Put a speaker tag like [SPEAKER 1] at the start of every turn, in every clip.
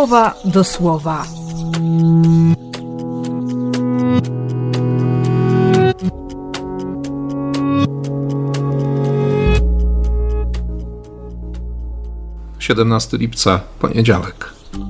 [SPEAKER 1] słowa do słowa.
[SPEAKER 2] Siedemnasty lipca, poniedziałek.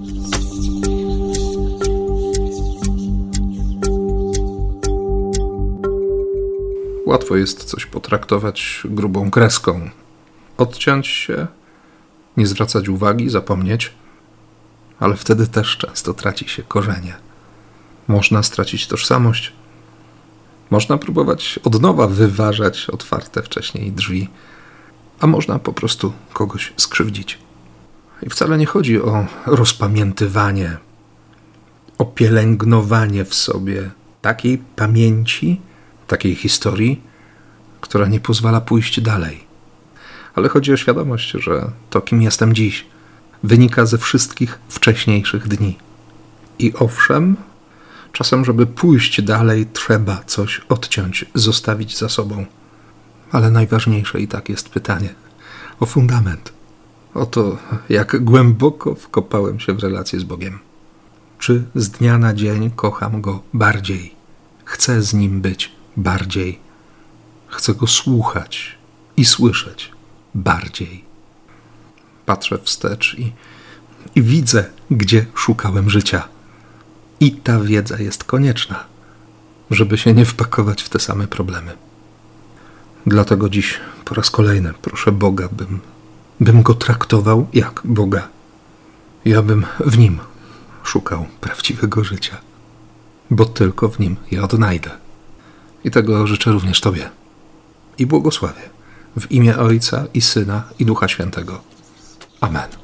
[SPEAKER 2] Łatwo jest coś potraktować grubą kreską. Odciąć się, nie zwracać uwagi, zapomnieć, ale wtedy też często traci się korzenie. Można stracić tożsamość. Można próbować od nowa wyważać otwarte wcześniej drzwi, a można po prostu kogoś skrzywdzić. I wcale nie chodzi o rozpamiętywanie, o pielęgnowanie w sobie takiej pamięci, takiej historii, która nie pozwala pójść dalej. Ale chodzi o świadomość, że to, kim jestem dziś, wynika ze wszystkich wcześniejszych dni. I owszem, czasem, żeby pójść dalej, trzeba coś odciąć, zostawić za sobą. Ale najważniejsze i tak jest pytanie o fundament. O to, jak głęboko wkopałem się w relację z Bogiem. Czy z dnia na dzień kocham Go bardziej? Chcę z Nim być bardziej. Chcę Go słuchać i słyszeć bardziej. Patrzę wstecz i widzę, gdzie szukałem życia. I ta wiedza jest konieczna, żeby się nie wpakować w te same problemy. Dlatego dziś po raz kolejny proszę Boga, bym Go traktował jak Boga. Ja bym w Nim szukał prawdziwego życia, bo tylko w Nim je odnajdę. I tego życzę również Tobie. I błogosławię w imię Ojca i Syna i Ducha Świętego. Amen.